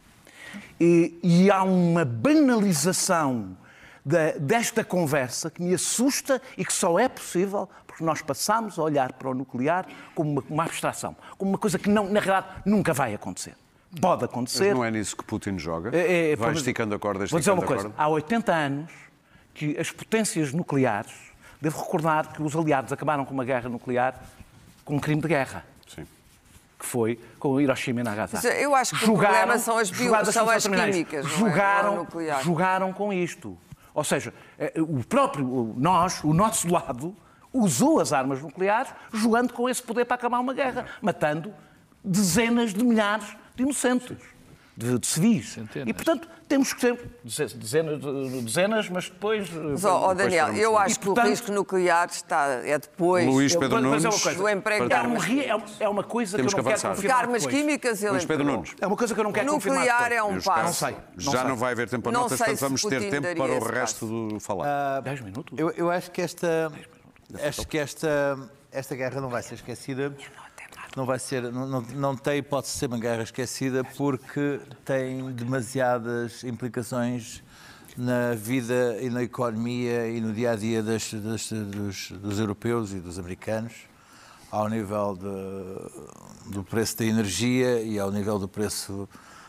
E há uma banalização desta conversa que me assusta e que só é possível porque nós passamos a olhar para o nuclear como uma abstração, como uma coisa que, na realidade, nunca vai acontecer. Pode acontecer.
Mas não é nisso que Putin joga? Vai esticando a corda,
Vou dizer uma coisa. Há 80 anos que as potências nucleares, devo recordar que os aliados acabaram com uma guerra nuclear com um crime de guerra.
Sim.
Que foi com Hiroshima e Nagasaki.
Eu acho que o problema são as químicas,
jogaram com isto. Ou seja, o nosso lado, usou as armas nucleares jogando com esse poder para acabar uma guerra, matando dezenas de milhares de inocentes. de civis. E, portanto, temos que ter dezenas, mas depois...
Daniel, eu acho que o risco nuclear é depois...
Luís Pedro Nunes...
do emprego
é uma coisa que eu não quero confirmar.
De armas químicas, ele
Luís Pedro Nunes.
É uma coisa que eu não quero confirmar.
Nuclear é um passo.
Já não vai haver tempo para notas, portanto vamos ter tempo para o resto do falar.
10 minutos?
Eu acho que esta guerra não vai ser esquecida. Não tem hipótese de ser uma guerra esquecida porque tem demasiadas implicações na vida e na economia e no dia-a-dia dos europeus e dos americanos, ao nível do preço da energia e ao nível do preço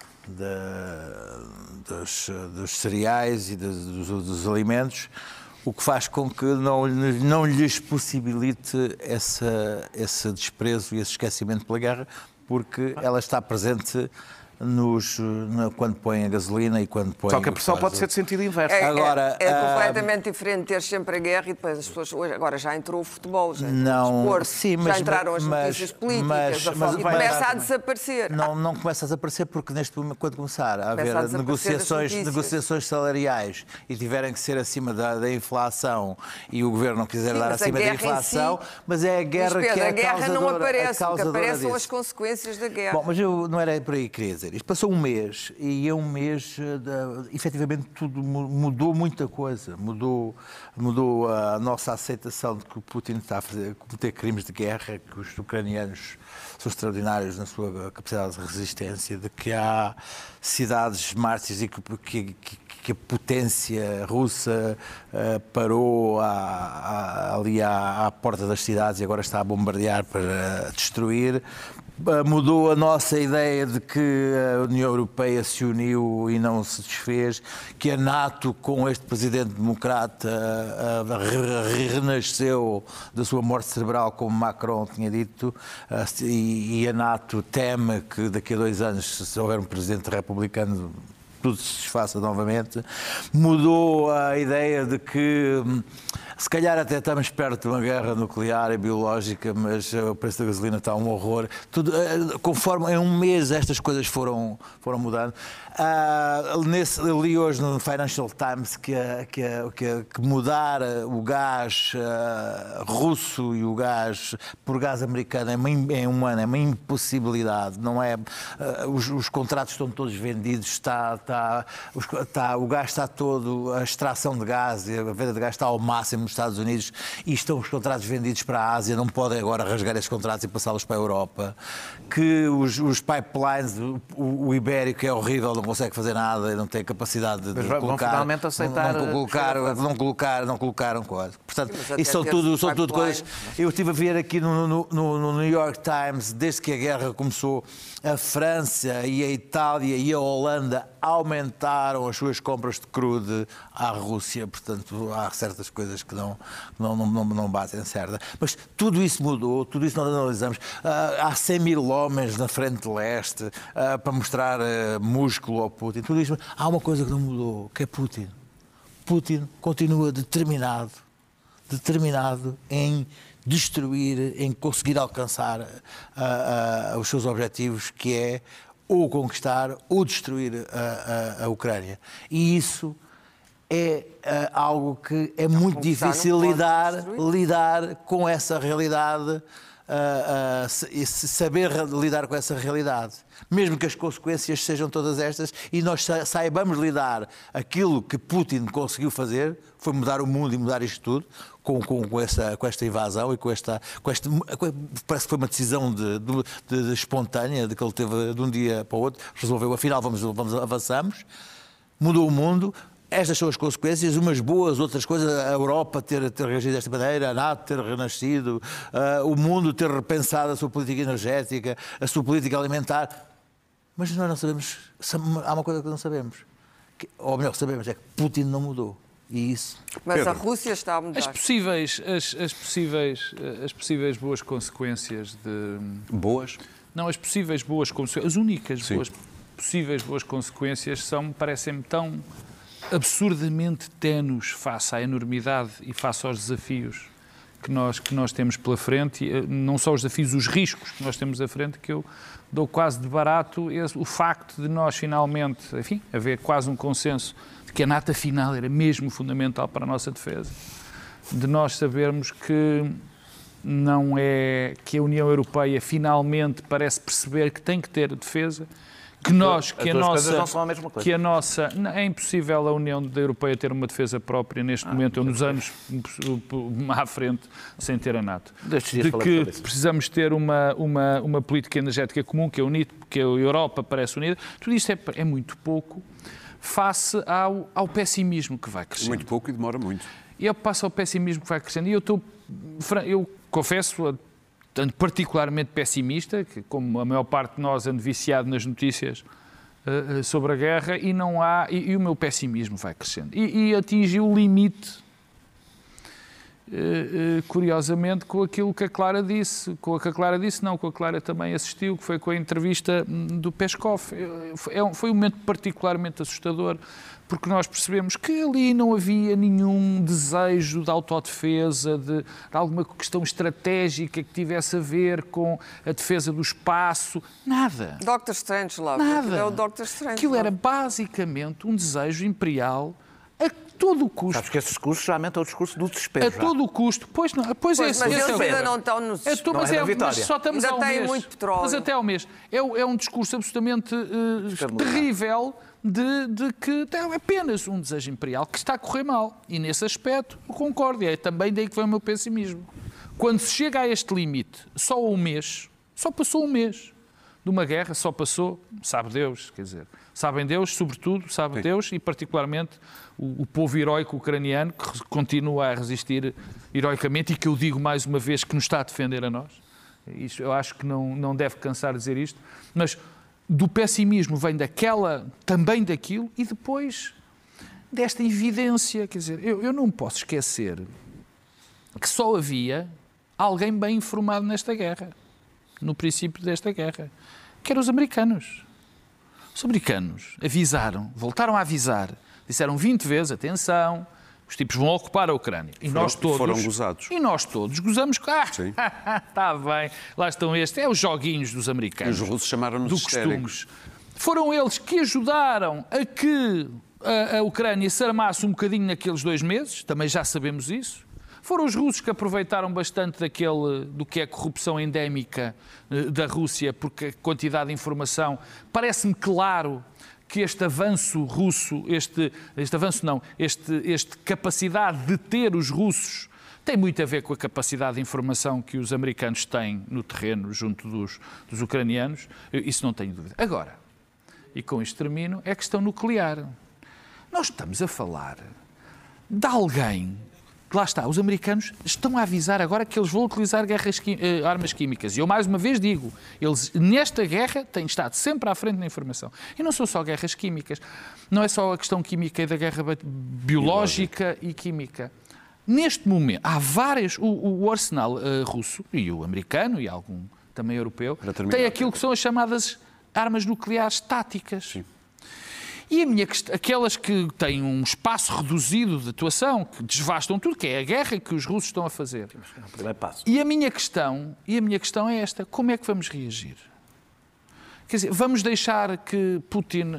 dos cereais e dos alimentos, o que faz com que não lhes possibilite esse desprezo e esse esquecimento pela guerra, porque ela está presente quando põem a gasolina e quando põem...
Só que a pressão pode ser de sentido inverso.
É completamente diferente ter sempre a guerra e depois as pessoas... Agora já entrou o futebol, já já entraram as notícias políticas, e começa a desaparecer.
Não começa a desaparecer porque neste momento, quando começar a haver negociações salariais e tiverem que ser acima da inflação e o governo não quiser dar acima da inflação, mas é a guerra que é a causadora. A guerra não aparece, o que aparece são as consequências da guerra. Bom, mas eu não era por aí que queria dizer. Isto passou um mês e efetivamente tudo mudou muita coisa. Mudou a nossa aceitação de que o Putin está a cometer crimes de guerra, que os ucranianos são extraordinários na sua capacidade de resistência, de que há cidades mártires e que a potência russa parou ali à porta das cidades e agora está a bombardear para destruir. Mudou a nossa ideia de que a União Europeia se uniu e não se desfez, que a NATO, com este presidente democrata, renasceu da sua morte cerebral, como Macron tinha dito, e a NATO teme que daqui a 2 anos, se houver um presidente republicano, tudo se desfaça novamente. Mudou a ideia de que se calhar até estamos perto de uma guerra nuclear e biológica, mas o preço da gasolina está um horror. Conforme em um mês estas coisas foram mudando. Eu li hoje no Financial Times que mudar o gás russo e o gás por gás americano em um ano é uma impossibilidade. Não é, os contratos estão todos vendidos, o gás está todo, a extração de gás e a venda de gás está ao máximo nos Estados Unidos e estão os contratos vendidos para a Ásia, não podem agora rasgar esses contratos e passá-los para a Europa. Que os pipelines, o ibérico é horrível, não consegue fazer nada, não tem capacidade de colocar.
Vão finalmente aceitar.
Não colocaram coisa. Portanto, isso são tudo coisas. Eu estive a ver aqui no New York Times, desde que a guerra começou, a França e a Itália e a Holanda aumentaram as suas compras de crude à Rússia. Portanto, há certas coisas que não batem certo. Mas tudo isso mudou, tudo isso nós analisamos. Há 100 mil homens na frente leste para mostrar músculo ao Putin. Tudo isso. Há uma coisa que não mudou, que é Putin. Putin continua determinado em destruir, em conseguir alcançar os seus objetivos, que é ou conquistar ou destruir a Ucrânia. E isso é algo que é muito difícil lidar com essa realidade, saber lidar com essa realidade. Mesmo que as consequências sejam todas estas e nós saibamos lidar, aquilo que Putin conseguiu fazer foi mudar o mundo e mudar isto tudo, com esta invasão e com esta parece que foi uma decisão de espontânea, de que ele teve de um dia para o outro, resolveu, afinal avançamos, mudou o mundo. Estas são as consequências, umas boas, outras coisas, a Europa ter reagido desta maneira, a NATO ter renascido, o mundo ter repensado a sua política energética, a sua política alimentar. Mas nós não sabemos, há uma coisa que não sabemos, ou melhor, sabemos, é que Putin não mudou. E isso...
Mas Pedro, a Rússia está a mudar.
As possíveis boas consequências de...
Boas?
Não, as possíveis boas consequências, as únicas possíveis boas consequências parecem-me tão absurdamente tenues face à enormidade e face aos desafios que nós temos pela frente, não só os desafios, os riscos que nós temos à frente, que eu dou quase de barato o facto de nós finalmente, enfim, haver quase um consenso de que a nata final era mesmo fundamental para a nossa defesa, de nós sabermos que não é que a União Europeia finalmente parece perceber que tem que ter defesa, que a nossa é impossível a União Europeia ter uma defesa própria neste momento, ou nos anos à frente, sem ter a NATO. De que precisamos ter uma política energética comum, que a Europa parece unida. Tudo isto é muito pouco face ao pessimismo que vai crescendo.
Muito pouco e demora muito.
E eu passo ao pessimismo que vai crescendo. E eu confesso, tanto particularmente pessimista, que como a maior parte de nós ando viciado nas notícias sobre a guerra, e o meu pessimismo vai crescendo. E atingiu o limite, curiosamente, com aquilo que a Clara disse. Com a Clara também assistiu, que foi com a entrevista do Peskov. Foi um momento particularmente assustador, porque nós percebemos que ali não havia nenhum desejo de autodefesa, de alguma questão estratégica que tivesse a ver com a defesa do espaço. Nada.
Dr. Strangelove.
Nada.
É o Dr. Strangelove.
Aquilo era basicamente um desejo imperial a todo o custo.
Sabes que esse discurso geralmente é o discurso do desespero.
A todo o custo. Pois não. Pois é,
mas eles ainda não estão no desespero.
Mas só estamos
ainda
há um
têm
mês.
muito petróleo.
Mas até ao mês. É um discurso absolutamente terrível de que é apenas um desejo imperial que está a correr mal. E nesse aspecto eu concordo. E é também daí que vem o meu pessimismo. Quando se chega a este limite, só passou um mês de uma guerra, só passou, sabe Deus, quer dizer, sabem Deus, sobretudo, sabe Deus, e particularmente o povo heroico ucraniano, que continua a resistir heroicamente e que eu digo mais uma vez que nos está a defender a nós. Isso, eu acho que não deve cansar de dizer isto, mas do pessimismo vem também daquilo, e depois desta evidência, quer dizer, eu não posso esquecer que só havia alguém bem informado nesta guerra, no princípio desta guerra, que eram os americanos. Os americanos avisaram, voltaram a avisar, disseram 20 vezes, atenção, os tipos vão ocupar a Ucrânia. E
foram gozados.
E nós todos gozamos que, está bem, lá estão estes, os joguinhos dos americanos.
E os russos chamaram-nos histéricos.
Foram eles que ajudaram a que a Ucrânia se armasse um bocadinho naqueles 2 meses, também já sabemos isso. Foram os russos que aproveitaram bastante do que é a corrupção endémica da Rússia, porque a quantidade de informação, parece-me claro que este avanço russo, este capacidade de ter os russos, tem muito a ver com a capacidade de informação que os americanos têm no terreno junto dos ucranianos, isso não tenho dúvida. Agora, e com isto termino, é a questão nuclear. Nós estamos a falar de alguém. Lá está, os americanos estão a avisar agora que eles vão utilizar armas químicas. E eu mais uma vez digo, eles nesta guerra têm estado sempre à frente da informação. E não são só guerras químicas, não é só a questão química e da guerra biológica e química. Neste momento, há várias, o arsenal russo, e o americano, e algum também europeu, tem aquilo que são as chamadas armas nucleares táticas. Sim. E aquelas que têm um espaço reduzido de atuação, que desvastam tudo, que é a guerra que os russos estão a fazer. E a minha questão é esta: como é que vamos reagir? Quer dizer, vamos deixar que Putin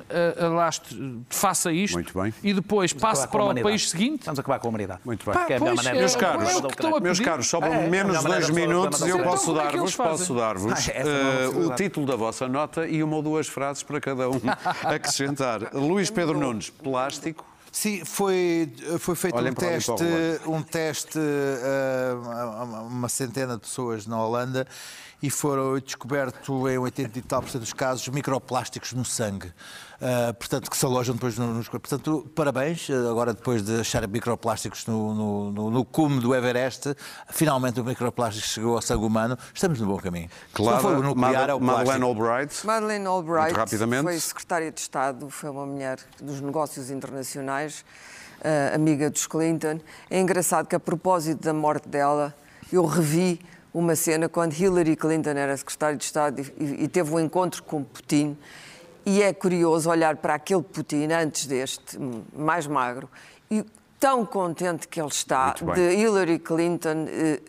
faça isto. Muito bem. E depois passe para o país seguinte?
Vamos acabar com a humanidade.
Muito bem. Meus caros, sobram menos 2 minutos e eu posso dar-vos o título da vossa nota e 1 ou 2 frases para cada um acrescentar. Luís Pedro Nunes, plástico.
Sim, foi feito um teste a uma centena de pessoas na Holanda e foram descobertos em 80 e tal % dos casos microplásticos no sangue. Portanto, que se alojam depois nos corpos. Portanto, parabéns, agora depois de achar microplásticos no cume do Everest, finalmente o microplástico chegou ao sangue humano, estamos no bom caminho.
Claro, Madeleine Albright.
Madeleine Albright foi secretária de Estado, foi uma mulher dos negócios internacionais, amiga dos Clinton. É engraçado que a propósito da morte dela, eu revi uma cena quando Hillary Clinton era secretária de Estado e teve um encontro com Putin. E é curioso olhar para aquele Putin, antes deste, mais magro, e tão contente que ele está de Hillary Clinton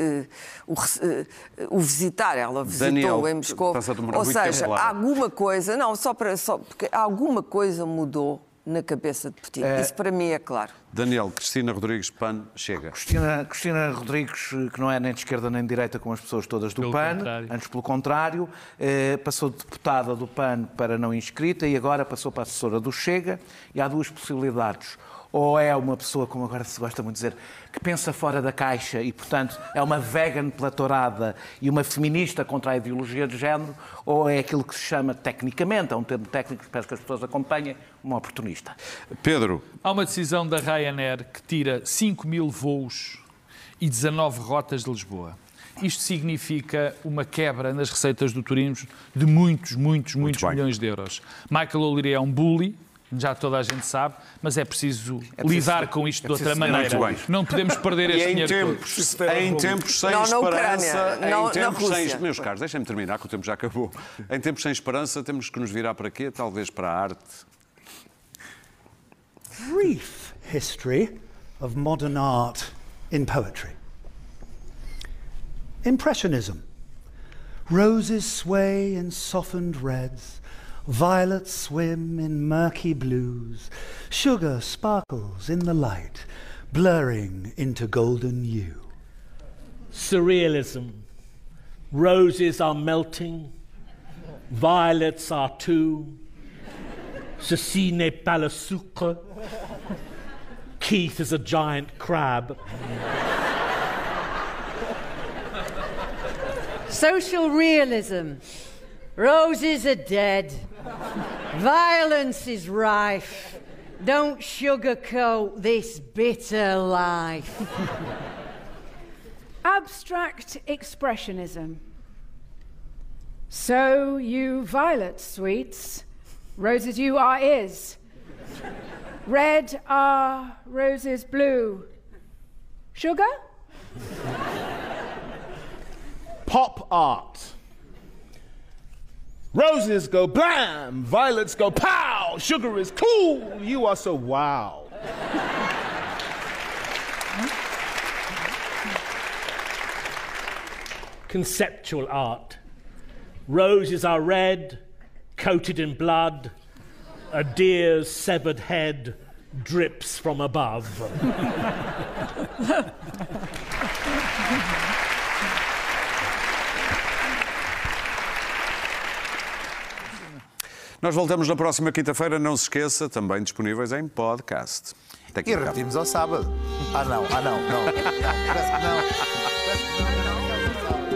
o visitar. Ela visitou em Moscou. Ou seja, alguma coisa, porque alguma coisa mudou na cabeça de Putin. Isso para mim é claro.
Daniel, Cristina Rodrigues, PAN, chega.
Cristina Rodrigues, que não é nem de esquerda nem de direita como as pessoas todas do PAN, antes pelo contrário, passou de deputada do PAN para não inscrita e agora passou para assessora do Chega, e há duas possibilidades. Ou é uma pessoa, como agora se gosta muito de dizer, que pensa fora da caixa e, portanto, é uma vegan pela tourada e uma feminista contra a ideologia de género, ou é aquilo que se chama, tecnicamente, é um termo técnico, espero que as pessoas acompanhem, uma oportunista.
Pedro.
Há uma decisão da Ryanair que tira 5.000 voos e 19 rotas de Lisboa. Isto significa uma quebra nas receitas do turismo de muitos milhões de euros. Michael O'Leary é um bully, já toda a gente sabe, mas é preciso lidar com isto de outra maneira. Não podemos perder este dinheiro todo.
Em tempos sem esperança... Meus caros, deixem-me terminar, que o tempo já acabou. Em tempos sem esperança, temos que nos virar para quê? Talvez para a arte.
Brief history of modern art in poetry. Impressionism. Roses sway in softened reds. Violets swim in murky blues. Sugar sparkles in the light, blurring into golden hue.
Surrealism. Roses are melting. Violets are too. Ceci n'est pas le sucre. Keith is a giant crab.
Social realism. Roses are dead. Violence is rife. Don't sugarcoat this bitter life.
Abstract expressionism. So you violets, sweets, roses you are is. Red are roses blue. Sugar?
Pop art. Roses go blam, violets go pow, sugar is cool, you are so wow. Conceptual art. Roses are red, coated in blood, a deer's severed head drips from above.
Nós voltamos na próxima quinta-feira, não se esqueça, também disponíveis em podcast.
E repetimos ao sábado. Não. Parece que não.